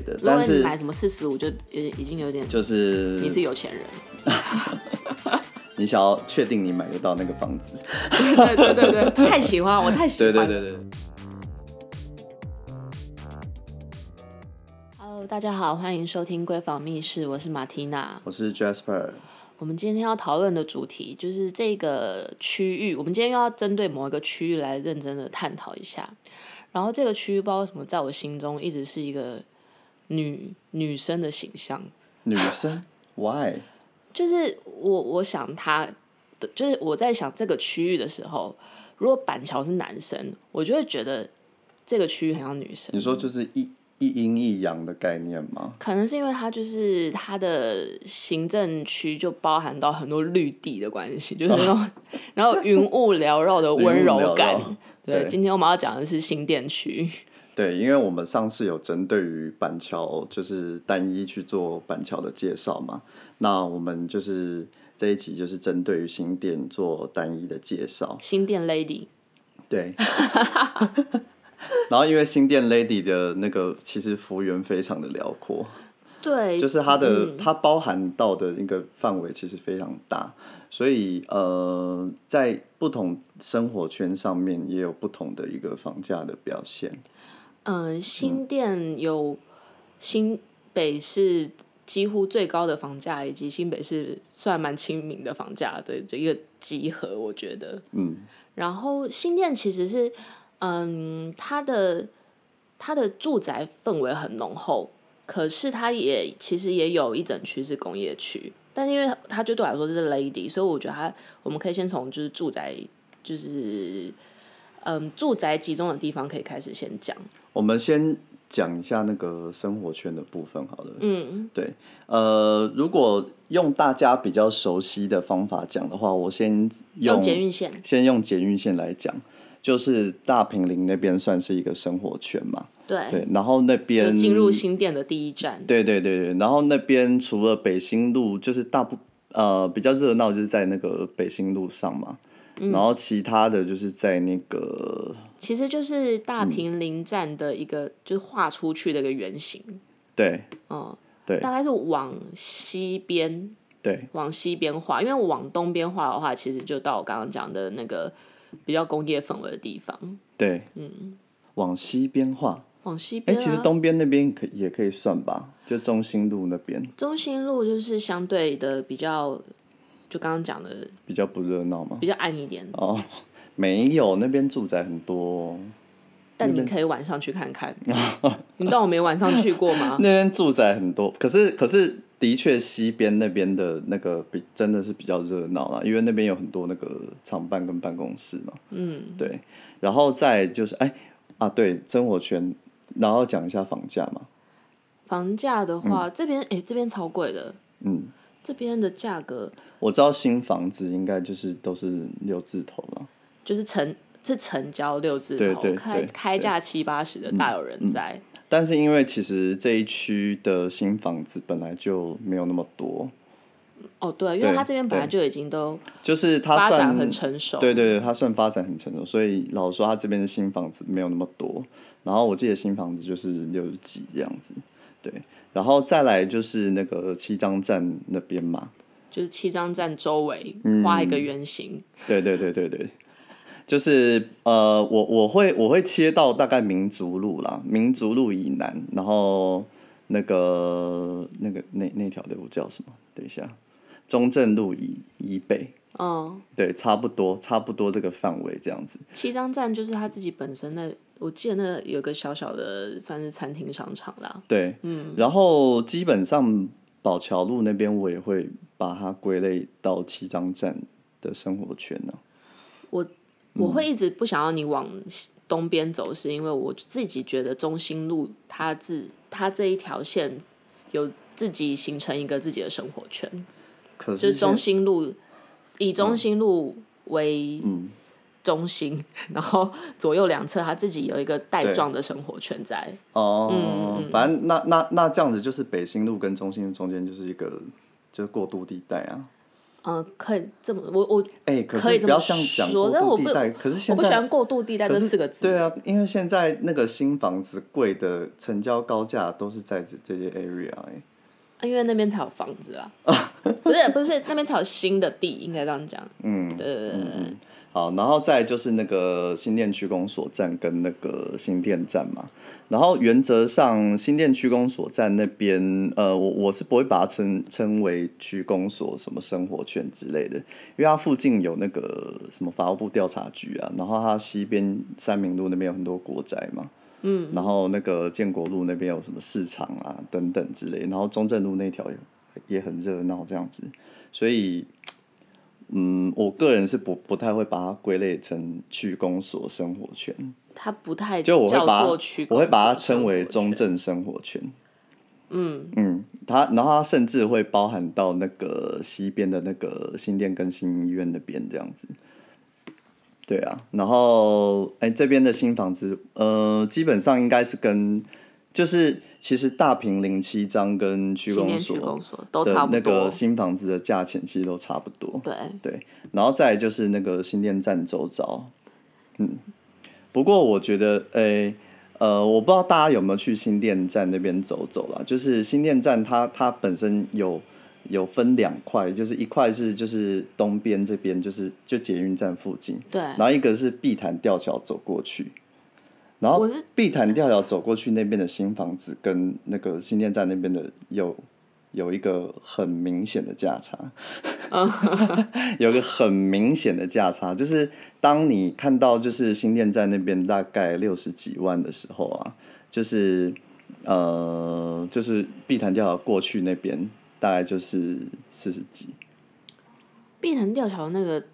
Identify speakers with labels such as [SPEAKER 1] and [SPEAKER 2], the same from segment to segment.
[SPEAKER 1] 的。
[SPEAKER 2] 如果你买什么45，就已经有点
[SPEAKER 1] 就是
[SPEAKER 2] 你是有钱人。
[SPEAKER 1] 你想要确定你买得到那个房子？
[SPEAKER 2] 对，太喜欢，我太喜欢。
[SPEAKER 1] 对。
[SPEAKER 2] Hello， 大家好，欢迎收听闺房密室，我是马缇娜，
[SPEAKER 1] 我是 Jasper。
[SPEAKER 2] 我们今天要讨论的主题就是这个区域，我们今天又要针对某一个区域来认真的探讨一下。然后这个区域不知道为什么在我心中一直是一个女生的形象。
[SPEAKER 1] 女生 ？Why？
[SPEAKER 2] 就是我想他的，就是我在想这个区域的时候，如果板桥是男生，我就会觉得这个区域很像女生。
[SPEAKER 1] 你说就是一阴一阳的概念吗？
[SPEAKER 2] 可能是因为它就是它的行政区就包含到很多绿地的关系，就是那种然后云雾缭绕的温柔感。对，今天我们要讲的是新店区。
[SPEAKER 1] 对，因为我们上次有针对于板桥就是单一去做板桥的介绍嘛，那我们就是这一集就是针对于新店做单一的介绍。
[SPEAKER 2] 新店 Lady。
[SPEAKER 1] 对。然后因为新店 Lady 的那个其实幅员非常的辽阔，
[SPEAKER 2] 对，
[SPEAKER 1] 就是它包含到的一个范围其实非常大，所以在不同生活圈上面也有不同的一个房价的表现。
[SPEAKER 2] 新店有新北市几乎最高的房价，以及新北市算蛮亲民的房价的一个集合，我觉得。然后新店其实是，它的住宅氛围很浓厚，可是它其实也有一整区是工业区，但是因为它就对我来说是 Lady， 所以我觉得我们可以先从就是住宅住宅集中的地方可以开始先讲。
[SPEAKER 1] 我们先讲一下那个生活圈的部分好了。对，如果用大家比较熟悉的方法讲的话，我先用
[SPEAKER 2] 捷运线，
[SPEAKER 1] 先用捷运线来讲，就是大坪林那边算是一个生活圈嘛。对，然后那边
[SPEAKER 2] 就进入新店的第一站。
[SPEAKER 1] 对，然后那边除了北新路，就是比较热闹，就是在那个北新路上嘛。然后其他的就是在那个，
[SPEAKER 2] 其实就是大坪林站的一个，就是画出去的一个圆形。
[SPEAKER 1] 对，对，
[SPEAKER 2] 大概是往西边，
[SPEAKER 1] 对，
[SPEAKER 2] 往西边画，因为往东边画的话，其实就到我刚刚讲的那个比较工业氛围的地方。
[SPEAKER 1] 对，往西边画。
[SPEAKER 2] 往西边，
[SPEAKER 1] 其实东边那边也可以算吧，就中心路那边。
[SPEAKER 2] 中心路就是相对的比较，就刚刚讲的
[SPEAKER 1] 比较不热闹吗？
[SPEAKER 2] 比较暗一点。
[SPEAKER 1] 没有，那边住宅很多。
[SPEAKER 2] 但你可以晚上去看看。你当我没晚上去过吗？
[SPEAKER 1] 那边住宅很多，可是的确西边那边的那个真的是比较热闹啦，因为那边有很多那个厂办跟办公室嘛。对，然后再就是对，生活圈。然后讲一下房价嘛。
[SPEAKER 2] 房价的话，这边超贵的。这边的价格，
[SPEAKER 1] 我知道新房子应该就是都是6字头了，
[SPEAKER 2] 就是成交6字头，
[SPEAKER 1] 对，
[SPEAKER 2] 开价70-80的大有人在。
[SPEAKER 1] 但是因为其实这一区的新房子本来就没有那么多。
[SPEAKER 2] 对，因为它这边本来就已经都
[SPEAKER 1] 就是它
[SPEAKER 2] 发展很成熟。
[SPEAKER 1] 对，它算发展很成熟，所以老实说它这边的新房子没有那么多。然后我记得新房子就是60几这样子。对，然后再来就是那个七张站那边嘛，
[SPEAKER 2] 就是七张站周围画一个圆形。
[SPEAKER 1] 对，就是我会切到大概民族路啦，民族路以南，然后那条路叫什么？等一下，中正路以北。对，差不多这个范围这样子。
[SPEAKER 2] 七张站就是他自己本身的，我记得那个有个小小的算是餐厅商场啦。
[SPEAKER 1] 对，然后基本上宝桥路那边我也会把它归类到七张站的生活圈呢。
[SPEAKER 2] 我会一直不想要你往东边走，是因为我自己觉得中心路它这一条线有自己形成一个自己的生活圈。就是中心路，以中心路为中心，然后左右两侧它自己有一个带状的生活圈在。
[SPEAKER 1] 反正那这样子就是北新路跟中心路中间就是一个就是过渡地带啊。
[SPEAKER 2] 可以这么我
[SPEAKER 1] 可
[SPEAKER 2] 可以这么
[SPEAKER 1] 是不要这样讲
[SPEAKER 2] 说，
[SPEAKER 1] 过
[SPEAKER 2] 但我不
[SPEAKER 1] 渡地带。可是现在
[SPEAKER 2] 我不喜欢过渡地带这4个字。
[SPEAKER 1] 对啊，因为现在那个新房子贵的成交高价都是在这些 area
[SPEAKER 2] 因为那边才有房子啊，不是那边才有新的地，应该这样讲。对。
[SPEAKER 1] 好，然后再来就是那个新店区公所站跟那个新店站嘛，然后原则上新店区公所站那边，我是不会把它称为区公所什么生活圈之类的，因为它附近有那个什么法务部调查局啊，然后它西边三民路那边有很多国宅嘛，然后那个建国路那边有什么市场啊等等之类，然后中正路那条也很热闹这样子，所以。我个人是不太会把它归类成区公所生活圈，
[SPEAKER 2] 它不太
[SPEAKER 1] 就我会把它称为中正生活圈。然后它甚至会包含到那个西边的那个新店跟新医院那边这样子。对啊，然后这边的新房子，基本上应该是就是其实大坪07章跟区公所
[SPEAKER 2] 都差不多，
[SPEAKER 1] 那个新房子的价钱其实都差不多。
[SPEAKER 2] 对，
[SPEAKER 1] 然后再来就是那个新店站周遭，不过我觉得，我不知道大家有没有去新店站那边走走啦。就是新店站它本身有分2块，就是一块是就是东边这边就捷运站附近，
[SPEAKER 2] 对，
[SPEAKER 1] 然后一个是碧潭吊桥走过去。然后碧潭吊桥走过去那边的新房子跟那个新店站那边的有一个很明显的价差，有一个很明显的价差，就是当你看到就是新店站那边大概60几万的时候啊，就是碧潭吊桥过去那边大概就是40几。
[SPEAKER 2] 碧潭吊桥那个，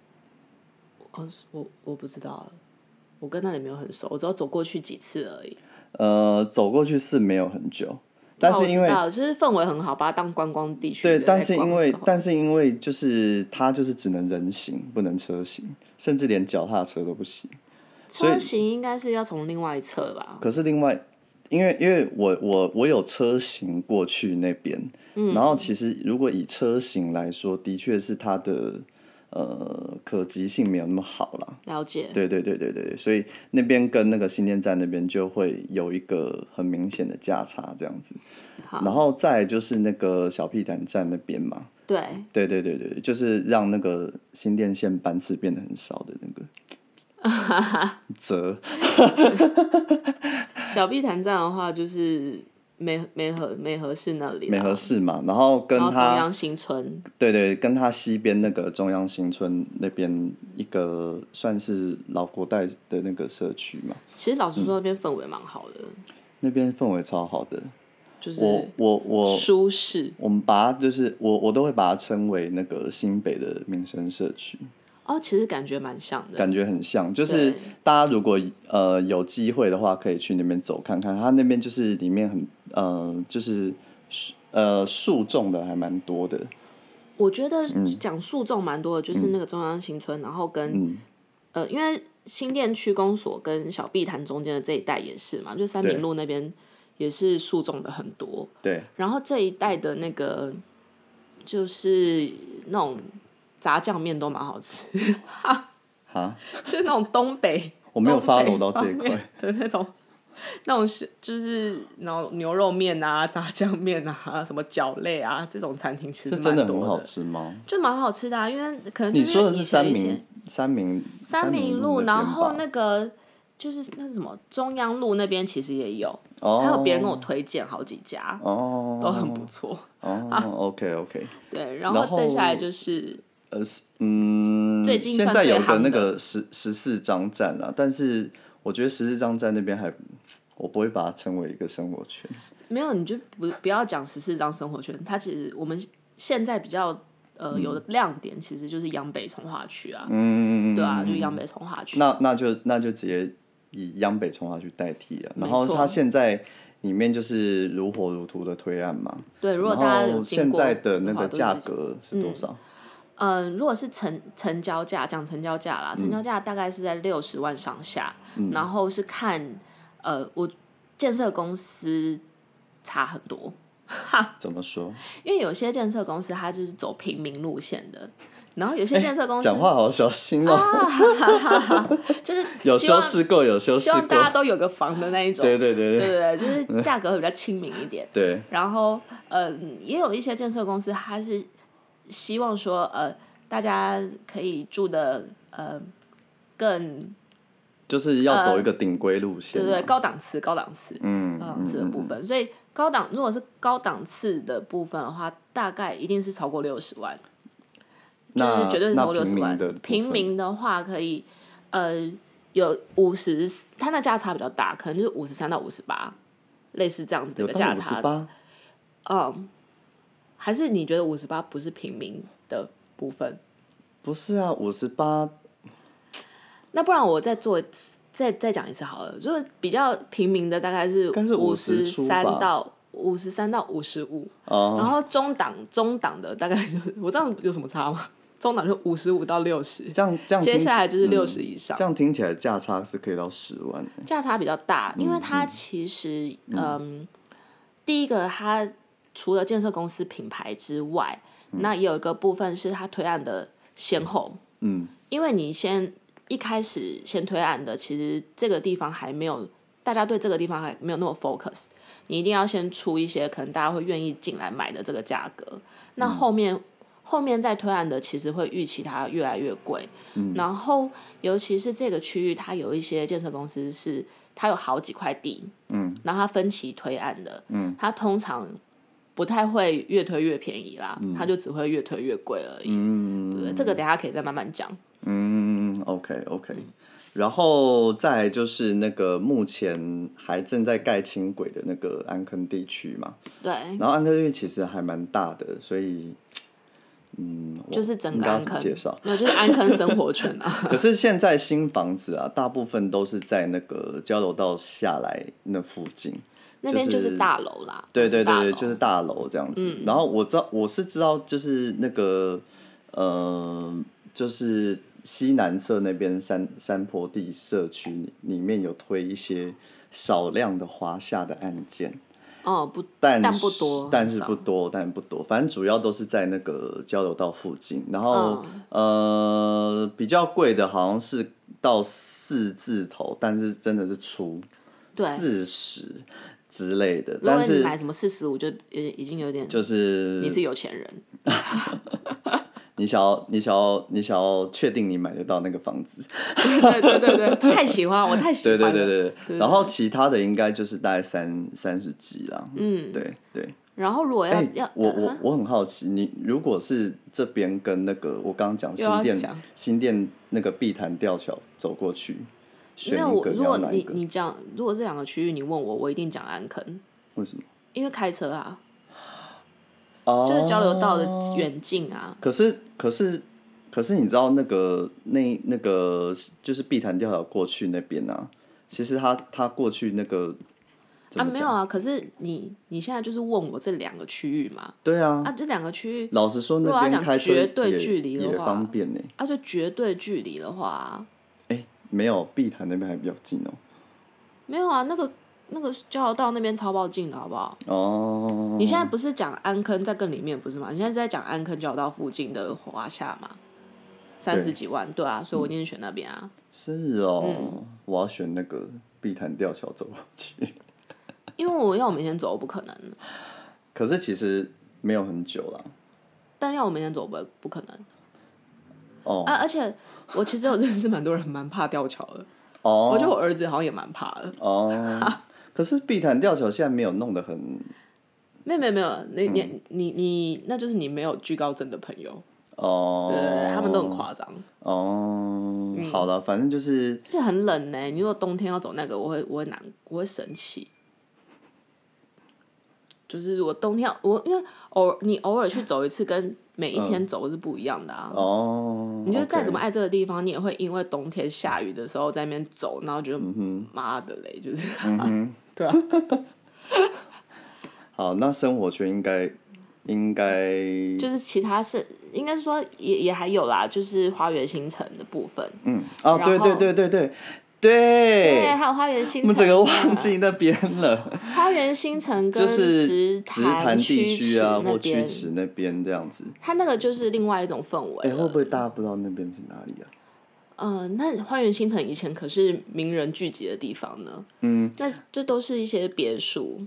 [SPEAKER 2] 我不知道。我跟那里没有很熟，我只要走过去几次而已。
[SPEAKER 1] 走过去是没有很久，但是因为
[SPEAKER 2] 就是氛围很好，把它当观光地区。
[SPEAKER 1] 对，但是因为就是它就是只能人行，不能车行，甚至连脚踏车都不行。
[SPEAKER 2] 车行应该是要从另外一侧吧？
[SPEAKER 1] 可是因为我有车行过去那边，然后其实如果以车行来说，的确是它的。可及性没有那么好啦。
[SPEAKER 2] 了解。
[SPEAKER 1] 对，所以那边跟那个新店站那边就会有一个很明显的价差这样子。然后再来就是那个小碧潭站那边嘛。对，就是让那个新店线班次变得很少的那个则。
[SPEAKER 2] 小碧潭站的话就是美和市那里，
[SPEAKER 1] 美和市嘛，然后跟它
[SPEAKER 2] 中央新村，
[SPEAKER 1] 对，跟它西边那个中央新村那边一个算是老国代的那个社区嘛。
[SPEAKER 2] 其实老实说，那边氛围蛮好的。
[SPEAKER 1] 那边氛围超好的，
[SPEAKER 2] 就是
[SPEAKER 1] 我
[SPEAKER 2] 舒适。
[SPEAKER 1] 我们把它就是我都会把它称为那个新北的民生社区。
[SPEAKER 2] 其实感觉蛮像的，
[SPEAKER 1] 感觉很像，就是大家如果有机会的话，可以去那边走看看。它那边就是里面很就是树种的还蛮多的。
[SPEAKER 2] 我觉得讲树种蛮多的，就是那个中央新村，然后跟因为新店区公所跟小碧潭中间的这一带也是嘛，就三民路那边也是树种的很多。
[SPEAKER 1] 对。
[SPEAKER 2] 然后这一带的那个就是那种。炸酱面都蛮好吃，就是那种东北，
[SPEAKER 1] 我没有 follow 到这一块
[SPEAKER 2] 的那种就是那种牛肉面啊、炸酱面啊、什么饺类啊，这种餐厅其实蛮多的。
[SPEAKER 1] 这真的很好吃吗？
[SPEAKER 2] 就蛮好吃的啊，因为可能
[SPEAKER 1] 你说的是三民
[SPEAKER 2] 路，然后那个就是那是什么中央路那边其实也有，还有别人跟我推荐好几家，都很不错。
[SPEAKER 1] OK。
[SPEAKER 2] 对，然后再下来就是。最近
[SPEAKER 1] 现在有个那个14张站啊，但是我觉得14张站那边我不会把它称为一个生活圈。
[SPEAKER 2] 没有，你就不要讲14张生活圈，它其实我们现在比较有的亮点其实就是央北从化区啊，对啊，就央北从化区。
[SPEAKER 1] 那就直接以央北从化区代替了，然后它现在里面就是如火如荼的推案嘛。
[SPEAKER 2] 对，如果大家有经过
[SPEAKER 1] 现在的那个价格是多少？
[SPEAKER 2] 如果是成交价，讲成交价啦，成交价大概是在60万上下，然后是看我建设公司差很多，
[SPEAKER 1] 怎么说？
[SPEAKER 2] 因为有些建设公司它就是走平民路线的，然后有些建设公司
[SPEAKER 1] 讲话好小心哦。
[SPEAKER 2] 就是
[SPEAKER 1] 有
[SPEAKER 2] 希望
[SPEAKER 1] 修饰过，有修饰过，
[SPEAKER 2] 希望大家都有个房的那一种。
[SPEAKER 1] 对对对
[SPEAKER 2] 对，就是价格会比较亲民一点。
[SPEAKER 1] 对，
[SPEAKER 2] 然后也有一些建设公司，它是希望说大家可以住的更
[SPEAKER 1] 就是要走一个顶规路线嘛。
[SPEAKER 2] 对，高档次高档次的部分。所以如果是高档次的部分的话，大概一定是超过60万。就是绝对是超过60万。平民的话可以有50，它那价差比较大，可能就是53到58，类似这样子的一个价差。
[SPEAKER 1] 有到58？
[SPEAKER 2] 还是你觉得58不是平民的部分？
[SPEAKER 1] 不是啊，58。
[SPEAKER 2] 那不然我再讲一次好了，就是比较平民的大概是53到55，然后中档的大概就是我这样有什么差吗？中档就55到60，
[SPEAKER 1] 这样
[SPEAKER 2] 接下来就是60以上。
[SPEAKER 1] 这样听起来价差是可以到10万的。
[SPEAKER 2] 价差比较大，因为它其实第一个它除了建设公司品牌之外，那也有一个部分是它推案的先后。因为你一开始先推案的，其实这个地方还没有，大家对这个地方还没有那么 focus， 你一定要先出一些可能大家会愿意进来买的这个价格。那后面再推案的，其实会预期它越来越贵。然后尤其是这个区域，它有一些建设公司是它有好几块地，然后它分期推案的，它通常不太会越推越便宜啦，它就只会越推越贵而已。对，这个等一下可以再慢慢讲。
[SPEAKER 1] OK。然后再来就是那个目前还正在盖轻轨的那个安坑地区嘛。
[SPEAKER 2] 对。
[SPEAKER 1] 然后安坑地区其实还蛮大的，所以
[SPEAKER 2] 就是整个安坑
[SPEAKER 1] 介绍，
[SPEAKER 2] 没有，就是安坑生活圈啊。
[SPEAKER 1] 可是现在新房子啊，大部分都是在那个交流道下来那附近。
[SPEAKER 2] 那边就是大楼啦。
[SPEAKER 1] 对，就是大楼这样子。然后我是知道，就是那个就是西南侧那边山坡地社区里面有推一些少量的华夏的案件。但不多，但是不多，反正主要都是在那个交流道附近。然后比较贵的好像是到4字头，但是真的是出40之类的。但是
[SPEAKER 2] 如果你买什么45，就已经有点
[SPEAKER 1] 就是
[SPEAKER 2] 你是有钱人。
[SPEAKER 1] 你想要确定你买得到那个房子？
[SPEAKER 2] 对，太喜欢，我太喜欢了。
[SPEAKER 1] 对。然后其他的应该就是大概30几啦。对。
[SPEAKER 2] 然后如果要
[SPEAKER 1] 我很好奇，你如果是这边跟那个我刚刚讲新店那个碧潭吊桥走过去，选一个，
[SPEAKER 2] 如果你讲，如果这两个区域你问我一定讲安坑。
[SPEAKER 1] 为什么？
[SPEAKER 2] 因为开车啊。就是交流道的远近啊。
[SPEAKER 1] 可是你知道那个就是碧潭吊桥过去那边啊，其实他过去那个
[SPEAKER 2] 没有啊。可是你现在就是问我这两个区域嘛？
[SPEAKER 1] 对啊。
[SPEAKER 2] 这两个区域，
[SPEAKER 1] 老实说，那边开车
[SPEAKER 2] 绝对距离的话
[SPEAKER 1] 也方便呢。
[SPEAKER 2] 就绝对距离的话，
[SPEAKER 1] 没有，碧潭那边还比较近哦。
[SPEAKER 2] 没有啊，那个交流道那边超爆近的好不好？你现在不是讲安坑在更里面不是吗？你现在是在讲安坑交流道附近的华夏嘛？30几万，对啊，所以我一定是选那边啊。
[SPEAKER 1] 是哦。我要选那个碧潭吊桥走过去。
[SPEAKER 2] 因为我每天走不可能。
[SPEAKER 1] 可是其实没有很久啦。
[SPEAKER 2] 但要我每天走不可能。而且我其实有认识蛮多人蛮怕吊桥的。我觉得我儿子好像也蛮怕的。
[SPEAKER 1] 可是碧潭吊桥现在没有弄得很。
[SPEAKER 2] 没有，你那就是你没有惧高症的朋友。对，他们都很夸张。
[SPEAKER 1] 好了，反正就是
[SPEAKER 2] 很冷呢。你如果冬天要走那个，我会生气。就是如果冬天因为你偶尔去走一次，跟每一天走是不一样的啊。你就再怎么爱这个地方，你也会因为冬天下雨的时候在那边走，然后觉得妈的嘞，就是对啊。 好，
[SPEAKER 1] 那生活圈应该
[SPEAKER 2] 就是其他是应该说也还有啦，就是花园新城的部分。
[SPEAKER 1] 对。 对，
[SPEAKER 2] 还有花园新城，
[SPEAKER 1] 我们整个忘记那边了。
[SPEAKER 2] 花园新城跟
[SPEAKER 1] 就是直潭地区啊，或
[SPEAKER 2] 曲
[SPEAKER 1] 池那边这样子。
[SPEAKER 2] 它那个就是另外一种氛围。
[SPEAKER 1] 会不会大家不知道那边是哪里啊？
[SPEAKER 2] 那花园新城以前可是名人聚集的地方呢。那这都是一些别墅。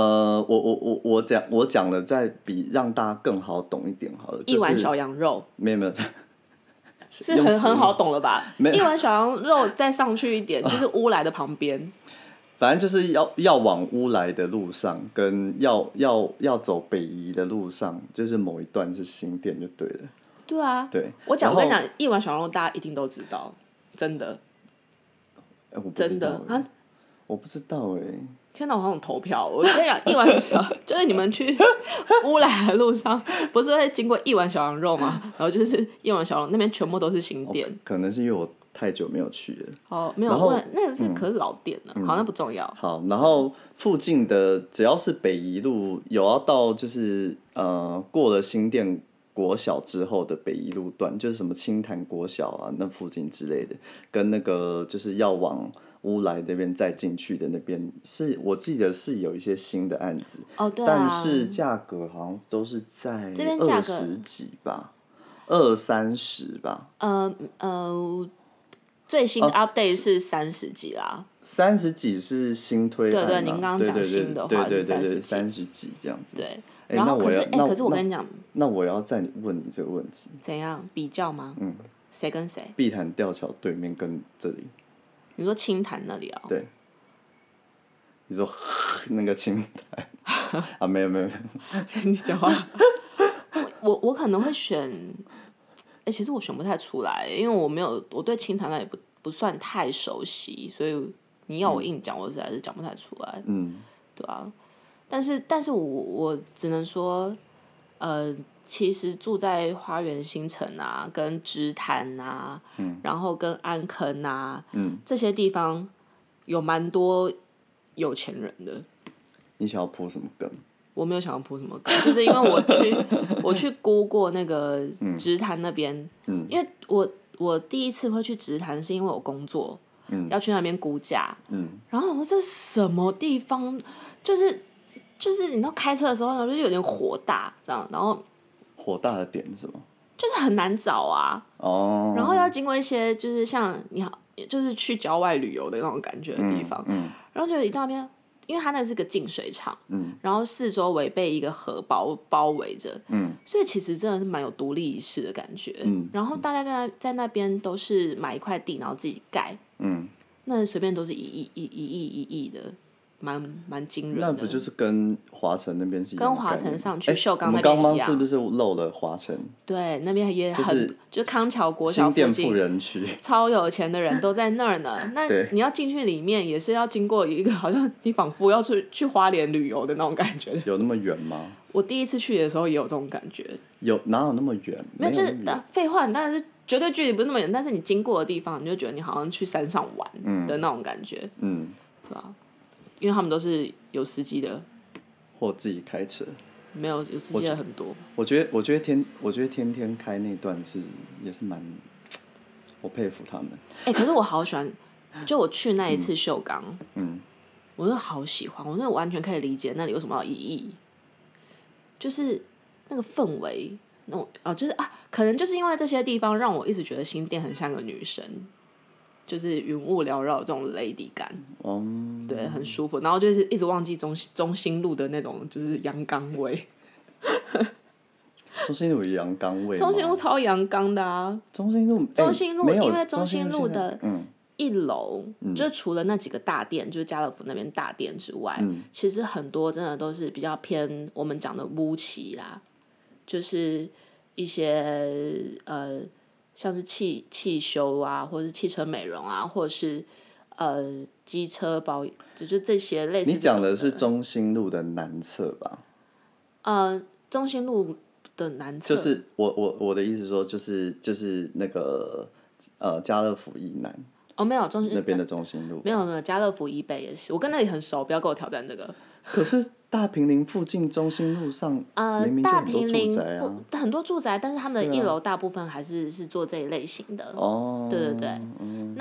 [SPEAKER 1] 我讲了，再比让大家更好懂一点好了。
[SPEAKER 2] 一碗小羊肉。
[SPEAKER 1] 没有。
[SPEAKER 2] 是很好懂了吧？一碗小羊肉再上去一点，就是乌来的旁边。
[SPEAKER 1] 反正就是要往乌来的路上，跟要走北宜的路上，就是某一段是新店就对了。
[SPEAKER 2] 对啊，
[SPEAKER 1] 对，
[SPEAKER 2] 我跟你讲，一碗小羊肉大家一定都知道，真的。真的啊？
[SPEAKER 1] 我不知道
[SPEAKER 2] 天哪，我好想投票！我跟你讲，一碗小就是你们去乌来的路上，不是会经过一碗小羊肉吗？然后就是一碗小羊肉那边全部都是新店。
[SPEAKER 1] 可能是因为我太久没有去了。
[SPEAKER 2] 没有，那个是可是老店了，好，那不重要。
[SPEAKER 1] 好，然后附近的只要是北宜路有要到就是过了新店国小之后的北宜路段，就是什么清潭国小啊那附近之类的，跟那个就是要往乌来那边再进去的那边，我记得是有一些新的案子。
[SPEAKER 2] 对啊。
[SPEAKER 1] 但是价格好像都是在
[SPEAKER 2] 这边价格
[SPEAKER 1] 20几吧，20-30吧。
[SPEAKER 2] 最新的 update 是30几啦。
[SPEAKER 1] 30几是新推案。
[SPEAKER 2] 对，您刚刚讲新的话是
[SPEAKER 1] 30几这样子。
[SPEAKER 2] 对。然后可是我跟你讲，
[SPEAKER 1] 那我要再问你这个问题。
[SPEAKER 2] 怎样比较吗？谁跟谁？
[SPEAKER 1] 碧潭吊桥对面跟这里。
[SPEAKER 2] 你说清潭那里啊？
[SPEAKER 1] 对。你说那个清潭啊？没有。
[SPEAKER 2] 你讲话。我可能会选，其实我选不太出来，因为我对清潭那里不算太熟悉，所以你要我硬讲，我实在是讲不太出来。对啊。但是我只能说，其实住在花园新城啊，跟直潭啊，然后跟安坑啊，这些地方有蛮多有钱人的。
[SPEAKER 1] 你想要铺什么梗？
[SPEAKER 2] 我没有想要铺什么梗，就是因为我去估过那个直潭那边，因为我第一次会去直潭是因为我工作，要去那边估价，然后我说这什么地方，就是你知道开车的时候就有点火大这样，然后
[SPEAKER 1] 火大的点是什么？
[SPEAKER 2] 就是很难找啊。然后要经过一些就是像就是去郊外旅游的那种感觉的地方，然后就一到那边，因为它那是个净水厂，然后四周围被一个河包围着，所以其实真的是蛮有独立意识的感觉。然后大家在那边都是买一块地，然后自己盖，那随便都是一亿的。蛮惊人的。
[SPEAKER 1] 那不就是跟华城那边是一样的概念？
[SPEAKER 2] 跟华城上去秀冈那边一样。
[SPEAKER 1] 我们刚刚是不是漏了华城？
[SPEAKER 2] 对，那边也很就康桥国小附近，
[SPEAKER 1] 新店富人区，
[SPEAKER 2] 超有钱的人都在那儿呢。那你要进去里面，也是要经过一个好像你仿佛要去花莲旅游的那种感觉。
[SPEAKER 1] 有那么远吗？
[SPEAKER 2] 我第一次去的时候也有这种感觉。
[SPEAKER 1] 哪有那么远？
[SPEAKER 2] 没有，就是废话，当然是绝对距离不是那么远，但是你经过的地方，你就觉得你好像去山上玩的那种感觉。对吧？因为他们都是有司机的，
[SPEAKER 1] 或自己开车。
[SPEAKER 2] 没有司机的很多。
[SPEAKER 1] 我觉得天天开那段也是蛮，我佩服他们。
[SPEAKER 2] 可是我好喜欢，就我去那一次秀冈，我真的好喜欢，我真的完全可以理解那里有什么样的意义，就是那个氛围，那种就是可能就是因为这些地方让我一直觉得新店很像个女生。就是云雾缭绕这种 lady 感，对，很舒服。然后就是一直忘记中心路的那种就是阳刚味。
[SPEAKER 1] 中心路有阳刚味吗？
[SPEAKER 2] 中心路超阳刚的啊！
[SPEAKER 1] 中心路，
[SPEAKER 2] 因为中心路的1楼，就除了那几个大店，就是家乐福那边大店之外，其实很多真的都是比较偏我们讲的屋企啦，就是一些像是汽修啊，或者是汽车美容啊，或者是机车保，就是这些类似。
[SPEAKER 1] 你讲的是中心路的南侧吧？
[SPEAKER 2] 中心路的南侧。
[SPEAKER 1] 就是我的意思说，就是那个家乐福以南。
[SPEAKER 2] 没有中心
[SPEAKER 1] 那边的中心路。
[SPEAKER 2] 没有家乐福以北也是，我跟那里很熟，不要跟我挑战这个。
[SPEAKER 1] 可是大坪林附近中心路上，明明就很多住宅啊，
[SPEAKER 2] 很多住宅，但是他们的1楼大部分还是做这一类型的。对。那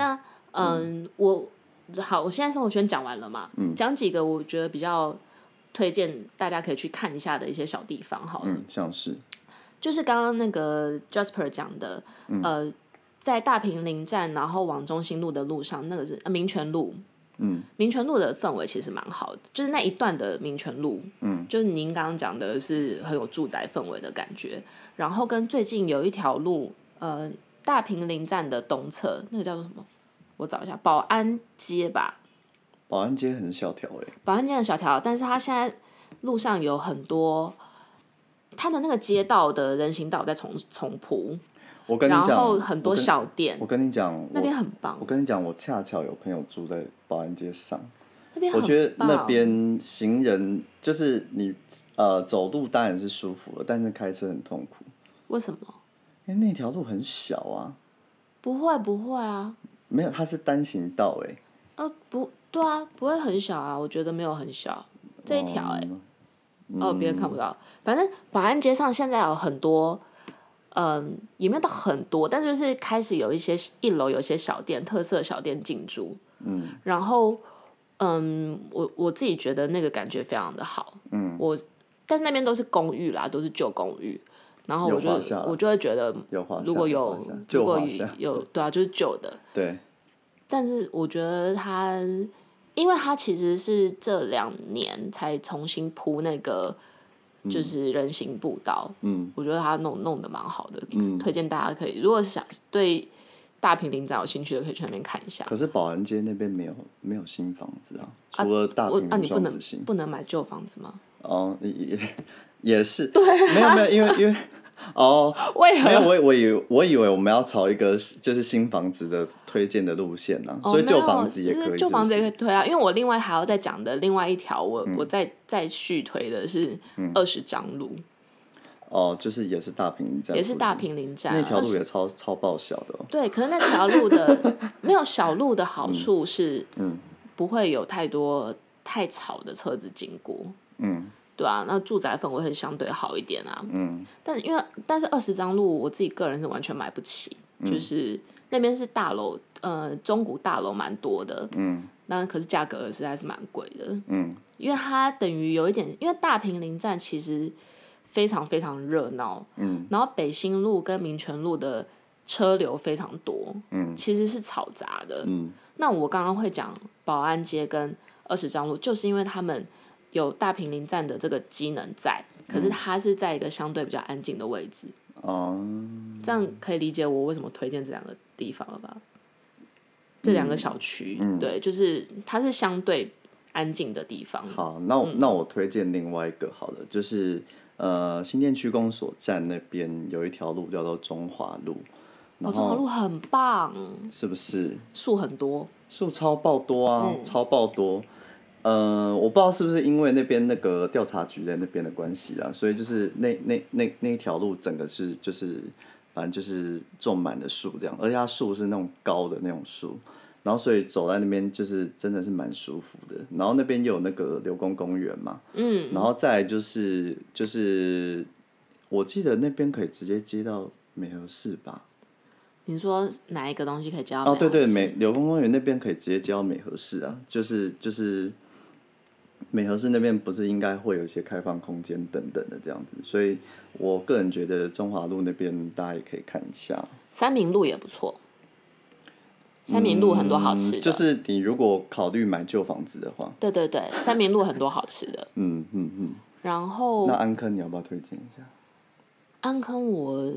[SPEAKER 2] 我现在生活圈讲完了嘛，讲几个我觉得比较推荐大家可以去看一下的一些小地方好了。
[SPEAKER 1] 像是
[SPEAKER 2] 就是刚刚那个 Jasper 讲的，在大坪林站然后往中心路的路上，那个是民权路。民权路的氛围其实蛮好的，就是那一段的民权路，就是您刚刚讲的是很有住宅氛围的感觉。然后跟最近有一条路，大坪林站的东侧，那个叫做什么？我找一下，保安街吧。
[SPEAKER 1] 保安街很小条
[SPEAKER 2] 保安街很小条，但是它现在路上有很多，它的那个街道的人行道在重铺。
[SPEAKER 1] 我跟你讲，
[SPEAKER 2] 然后很多小店，
[SPEAKER 1] 我跟你讲，
[SPEAKER 2] 那边很棒。
[SPEAKER 1] 我跟你讲，我恰巧有朋友住在保安街上，
[SPEAKER 2] 那边很棒。
[SPEAKER 1] 我觉得那边行人就是你走路当然是舒服了，但是开车很痛苦。
[SPEAKER 2] 为什么？
[SPEAKER 1] 因为那条路很小啊。
[SPEAKER 2] 不会啊。
[SPEAKER 1] 没有，它是单行道
[SPEAKER 2] 不对啊，不会很小啊，我觉得没有很小，这一条别人看不到。反正保安街上现在有很多。也没有到很多，但就是开始有一些一楼有一些小店，特色小店进驻。然后我自己觉得那个感觉非常的好。但是那边都是公寓啦，都是旧公寓。然后我就会觉得，如果有对啊，就是旧的。
[SPEAKER 1] 对。
[SPEAKER 2] 但是我觉得因为它其实是这2年才重新铺那个。就是人行步道，我觉得他弄得蛮好的，推荐大家可以，如果想对大坪林站有兴趣的，可以去那边看一下。
[SPEAKER 1] 可是保安街那边没有新房子啊，除了大坪林双子星，
[SPEAKER 2] 不能买旧房子吗？
[SPEAKER 1] 也是，对、啊，没有，因为
[SPEAKER 2] 为何？
[SPEAKER 1] 没有，我以为我们要朝一个就是新房子的推荐的路线呢，所以旧房子也可以，
[SPEAKER 2] 旧房子也可以推啊。因为我另外还要再讲的另外一条，我再续推的是20张路。
[SPEAKER 1] 就是也是大坪林站，
[SPEAKER 2] 也是大坪林站，
[SPEAKER 1] 那条路也超爆小的。
[SPEAKER 2] 对，可是那条路的没有小路的好处是，不会有太吵的车子经过。对啊，那住宅氛围会相对好一点啊。但是20张路，我自己个人是完全买不起，就是那边是大楼，中古大楼蛮多的。那可是价格实在是蛮贵的。因为它等于有一点，因为大坪林站其实非常非常热闹。然后北新路跟民权路的车流非常多。其实是嘈杂的。那我刚刚会讲保安街跟20张路，就是因为他们。有大坪林站的这个机能在，可是它是在一个相对比较安静的位置。这样可以理解我为什么推荐这2个地方了吧？这2个小区，对，就是它是相对安静的地方。
[SPEAKER 1] 好，那我推荐另外一个好了，就是新店区公所站那边有一条路叫做中华路。
[SPEAKER 2] 中华路很棒，
[SPEAKER 1] 是不是？
[SPEAKER 2] 树很多，
[SPEAKER 1] 树超爆多啊，超爆多。我不知道是不是因为那边那个调查局在那边的关系啊，所以就是那一条路整个是就是反正就是种满了树这样，而且它树是那种高的那种树，然后所以走在那边就是真的是蛮舒服的。然后那边有那个刘公公园嘛，然后再来就是我记得那边可以直接接到美和市吧。
[SPEAKER 2] 你说哪一个东西可以接到美和市？
[SPEAKER 1] 对，刘公公园那边可以直接接到美和市啊，就是美和市那边不是应该会有一些开放空间等等的这样子，所以我个人觉得中华路那边大家也可以看一下。
[SPEAKER 2] 三民路也不错，三民路很多好吃的。
[SPEAKER 1] 就是你如果考虑买旧房子的话，
[SPEAKER 2] 对，三民路很多好吃的。然后
[SPEAKER 1] 那安坑你要不要推荐一下？
[SPEAKER 2] 安坑我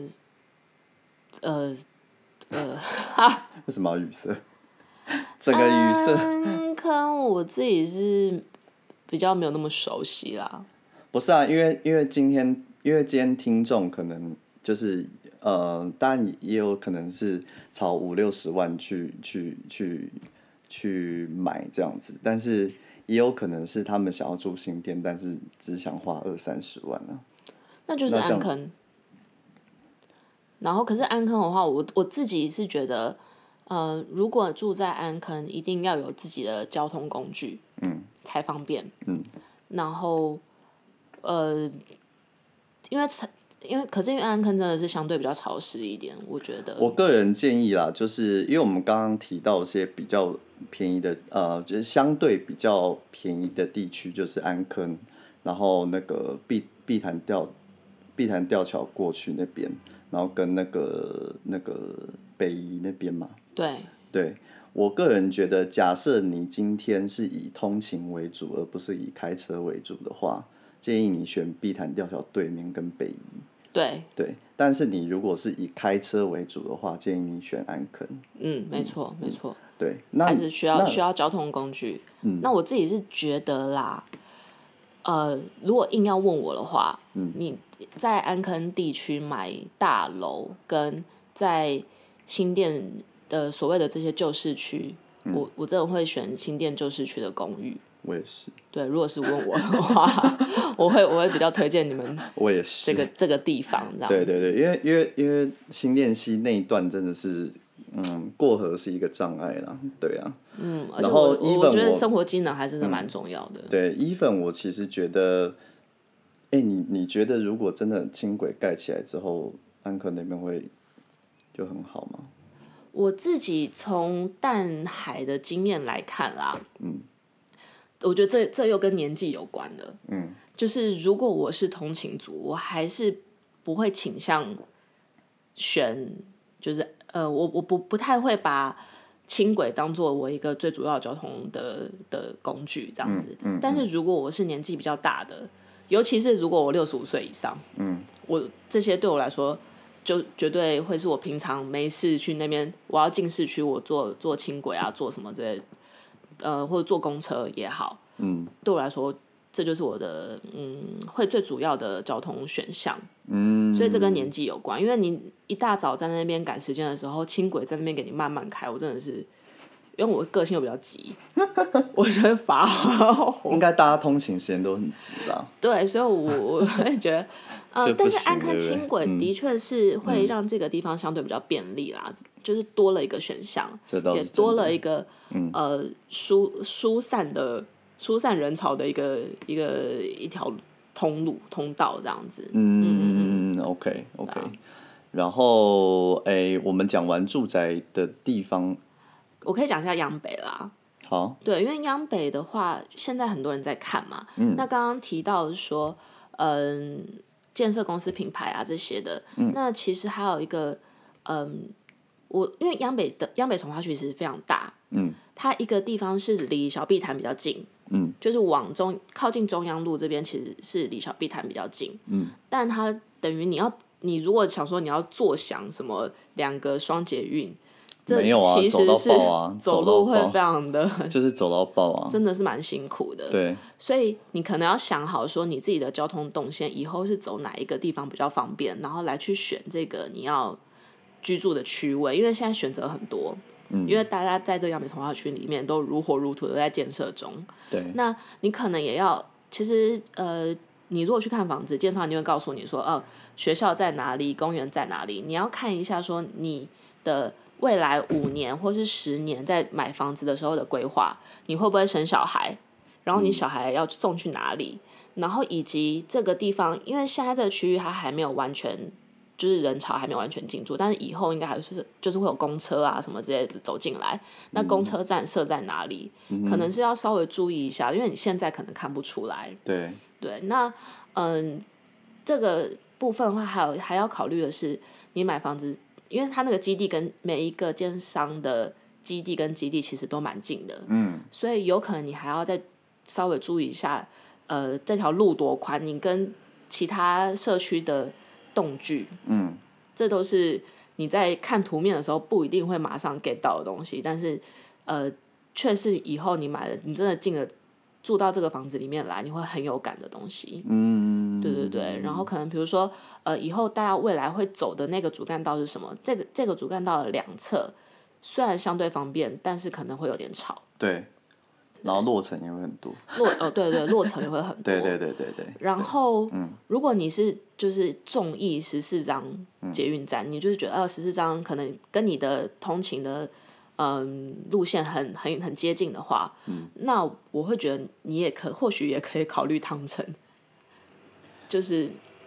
[SPEAKER 1] 为什么要语塞？整个语塞。
[SPEAKER 2] 安坑我自己是比较没有那么熟悉啦。
[SPEAKER 1] 不是啊，因为今天听众可能就是当然也有可能是朝50-60万去买这样子，但是也有可能是他们想要住新店，但是只想花20-30万啊。
[SPEAKER 2] 那就是安坑。然后，可是安坑的话，我自己是觉得，如果住在安坑，一定要有自己的交通工具，才方便。然后，因为可是因为安坑真的是相对比较潮湿一点，我觉得。
[SPEAKER 1] 我个人建议啦，就是因为我们刚刚提到一些比较便宜的，就是相对比较便宜的地区，就是安坑，然后那个碧潭吊桥过去那边，然后跟那个北宜那边嘛。
[SPEAKER 2] 对。
[SPEAKER 1] 对，我个人觉得，假设你今天是以通勤为主，而不是以开车为主的话，建议你选碧潭吊桥对面跟北宜。
[SPEAKER 2] 对。
[SPEAKER 1] 对，但是你如果是以开车为主的话，建议你选安坑。
[SPEAKER 2] 没错，没错。
[SPEAKER 1] 对，
[SPEAKER 2] 还是需要交通工具。那我自己是觉得啦，如果硬要问我的话，你在安坑地区买大楼，跟在新店的所谓的这些旧市区，我真的会选新店旧市区的公寓。
[SPEAKER 1] 我也是。
[SPEAKER 2] 对，如果是问我的话，我会比较推荐你们。
[SPEAKER 1] 我也是。
[SPEAKER 2] 这个地方这样子。
[SPEAKER 1] 对对对，因为新店溪那一段真的是，过河是一个障碍啦，对啊。
[SPEAKER 2] 而且我觉得生活机能还是蛮重要的。
[SPEAKER 1] 对，even 我其实觉得，你觉得如果真的轻轨盖起来之后，安坑那边会就很好吗？
[SPEAKER 2] 我自己从淡海的经验来看啦，我觉得这又跟年纪有关了。就是如果我是通勤族，我还是不会倾向选，就是我不太会把轻轨当做我一个最主要交通的工具这样子。但是如果我是年纪比较大的，尤其是如果我65岁以上，我这些对我来说就绝对会是我平常没事去那边，我要进市区，我坐轻轨啊，坐什么之类的，或者坐公车也好，对我来说，这就是我的会最主要的交通选项。所以这跟年纪有关，因为你一大早在那边赶时间的时候，轻轨在那边给你慢慢开，我真的是，因为我个性又比较急，我就会发火。
[SPEAKER 1] 应该大家通勤时间都很急啦。
[SPEAKER 2] 对，所以我会觉得，但是安坑轻轨的确是会让这个地方相对比较便利啦，就是多了一个选项，也多了一个疏散人潮的一条通道这样子。
[SPEAKER 1] OK。然后我们讲完住宅的地方，
[SPEAKER 2] 我可以讲一下央北啦。
[SPEAKER 1] 好。
[SPEAKER 2] 对，因为央北的话，现在很多人在看嘛。那刚刚提到说，建设公司品牌啊这些的，那其实还有一个，因为央北从化区其实非常大，它一个地方是离小碧潭比较近，就是靠近中央路这边其实是离小碧潭比较近，但它等于你如果想说你要坐享什么2个双捷运，这其实是走路会非常的，
[SPEAKER 1] 就是走到爆啊，
[SPEAKER 2] 真的是蛮辛苦的。
[SPEAKER 1] 对，
[SPEAKER 2] 所以你可能要想好说你自己的交通动线以后是走哪一个地方比较方便，然后来去选这个你要居住的区位，因为现在选择很多。因为大家在这个央北从化区里面都如火如荼的在建设中，
[SPEAKER 1] 对，
[SPEAKER 2] 那你可能也要，其实你如果去看房子，建商一定会告诉你说，学校在哪里，公园在哪里，你要看一下说你的未来5年或是10年在买房子的时候的规划，你会不会生小孩，然后你小孩要送去哪里，然后以及这个地方，因为现在这个区域它还没有完全。就是人潮还没有完全进驻，但是以后应该还是就是会有公车啊什么之类的走进来。那公车站设在哪里，可能是要稍微注意一下，因为你现在可能看不出来。
[SPEAKER 1] 对，
[SPEAKER 2] 那这个部分的话，还要考虑的是，你买房子，因为它那个基地跟每一个建商的基地跟基地其实都蛮近的，所以有可能你还要再稍微注意一下，这条路多宽，你跟其他社区的动距，这都是你在看图面的时候不一定会马上 get 到的东西，但是却是以后你买了，你真的住到这个房子里面来，你会很有感的东西。对对对。然后可能比如说，以后大家未来会走的那个主干道是什么？这个主干道的2侧虽然相对方便，但是可能会有点吵。
[SPEAKER 1] 对。然后落程也会很多。
[SPEAKER 2] 对，落程也会很多。
[SPEAKER 1] 对。
[SPEAKER 2] 然后，如果你是就是中意14张捷运站，你就是觉得14张可能跟你的通勤的路线很接近的话，那我会觉得你或许也可以考虑汤城，就是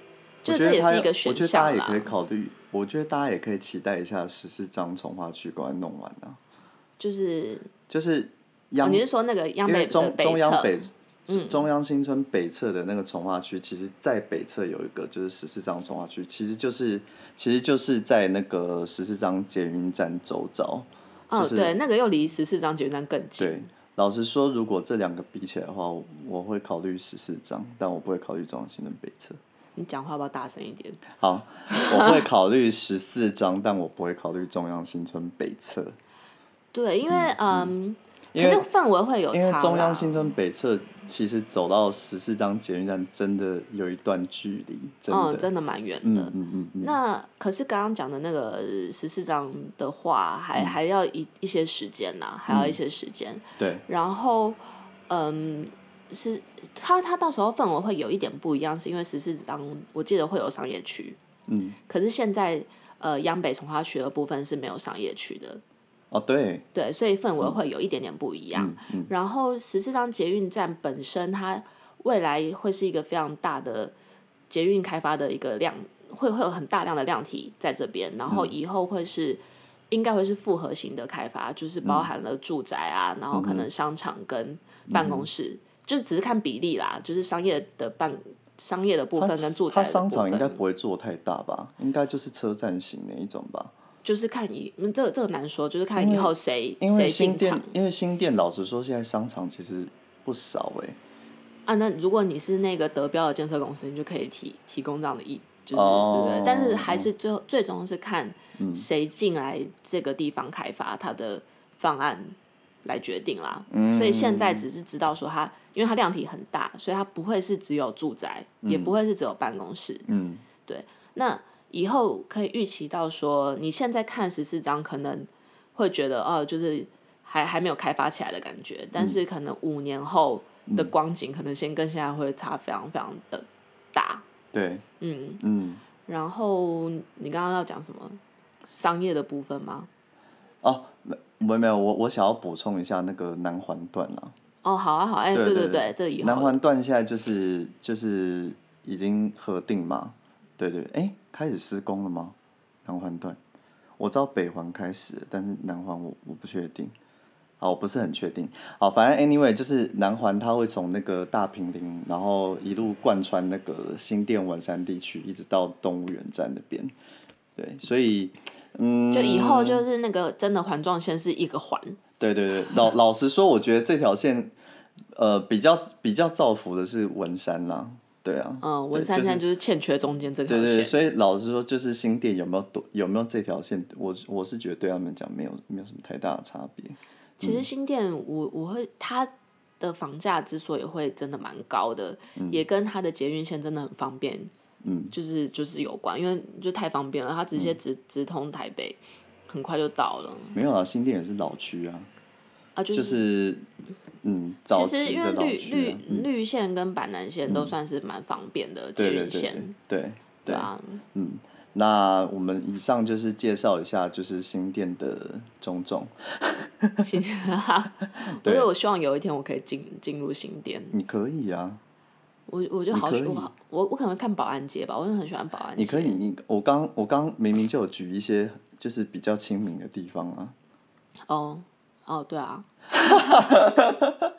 [SPEAKER 2] 就这也是一个选项啦。
[SPEAKER 1] 我觉得大家也可以考虑，我觉得大家也可以期待一下14张重划区赶快弄完啊。就是
[SPEAKER 2] 你是说那个央北的北侧？
[SPEAKER 1] 中央新村北侧的那个重划区，其实在北侧有一个就是14张重划区，其实就是在那个14张捷运站周遭。
[SPEAKER 2] 对，那个又离14张捷运站更近。
[SPEAKER 1] 对，老实说，如果这两个比起来的话，我会考虑14张，但我不会考虑中央新村北侧。
[SPEAKER 2] 你讲话要不要大声一点？
[SPEAKER 1] 好，我会考虑14张，但我不会考虑中央新村北侧。
[SPEAKER 2] 对，因为可是氛围会有差啦。
[SPEAKER 1] 因为中央新村北侧其实走到14张捷运站真的有一段距离，
[SPEAKER 2] 真的蛮远的。那可是刚刚讲的那个14张的话，还要一些时间呐，还要一些时间。
[SPEAKER 1] 对。
[SPEAKER 2] 然后是它到时候氛围会有一点不一样，是因为14张我记得会有商业区。可是现在央北重划区的部分是没有商业区的。
[SPEAKER 1] 对，
[SPEAKER 2] 所以氛围会有一点点不一样。然后14张捷运站本身，它未来会是一个非常大的捷运开发的一个量，会有很大量的量体在这边。然后以后应该会是复合型的开发，就是包含了住宅啊，然后可能商场跟办公室，就是只是看比例啦，就是商业的部分跟住宅的部分。
[SPEAKER 1] 它商场应该不会做太大吧？应该就是车站型那一种吧。
[SPEAKER 2] 就是看这个难说，就是看以后谁进场。
[SPEAKER 1] 因为新店老实说，现在商场其实不少
[SPEAKER 2] 那如果你是那个得标的建设公司，你就可以提供这样的就是对不对？但是还是最终是看谁进来这个地方开发，它的方案来决定啦。所以现在只是知道说因为它量体很大，所以它不会是只有住宅，也不会是只有办公室。对，那。以后可以预期到说，你现在看14张可能会觉得就是还没有开发起来的感觉，但是可能5年后的光景可能跟现在会差非常非常的大。
[SPEAKER 1] 对，
[SPEAKER 2] 然后你刚刚要讲什么商业的部分吗？
[SPEAKER 1] 没有，我想要补充一下那个南环段啦。
[SPEAKER 2] 好啊，对，这以后
[SPEAKER 1] 南环段现在就是已经核定嘛。对，开始施工了吗？南环段，我知道北环开始了，但是南环我不确定，我不是很确定。好，反正 anyway 就是南环它会从那个大坪林，然后一路贯穿那个新店文山地区，一直到动物园站那边。对，所以
[SPEAKER 2] 就以后就是那个真的环状线是一个环。
[SPEAKER 1] 对，老实说，我觉得这条线比较造福的是文山啦。对啊，
[SPEAKER 2] 文山现在就是欠缺中间这条线。
[SPEAKER 1] 对，所以老实说，就是新店有没有这条线，我是觉得对他们讲没有什么太大的差别。
[SPEAKER 2] 其实新店它的房价之所以会真的蛮高的，也跟它的捷运线真的很方便，就是有关，因为就太方便了，它直接直通台北，很快就到了。
[SPEAKER 1] 没有啊，新店也是老区啊，就是早期的老区
[SPEAKER 2] 其实因为绿线跟板南线都算是蛮方便的捷运线。对啊。
[SPEAKER 1] 那我们以上就是介绍一下就是新店的种种。
[SPEAKER 2] 新店所以我希望有一天我可以进入新店。
[SPEAKER 1] 你可以啊。
[SPEAKER 2] 我就好喜欢我可能会看保安街吧，我很喜欢保安街。
[SPEAKER 1] 你可以，我刚明明就有举一些就是比较亲民的地方啊。
[SPEAKER 2] 对啊。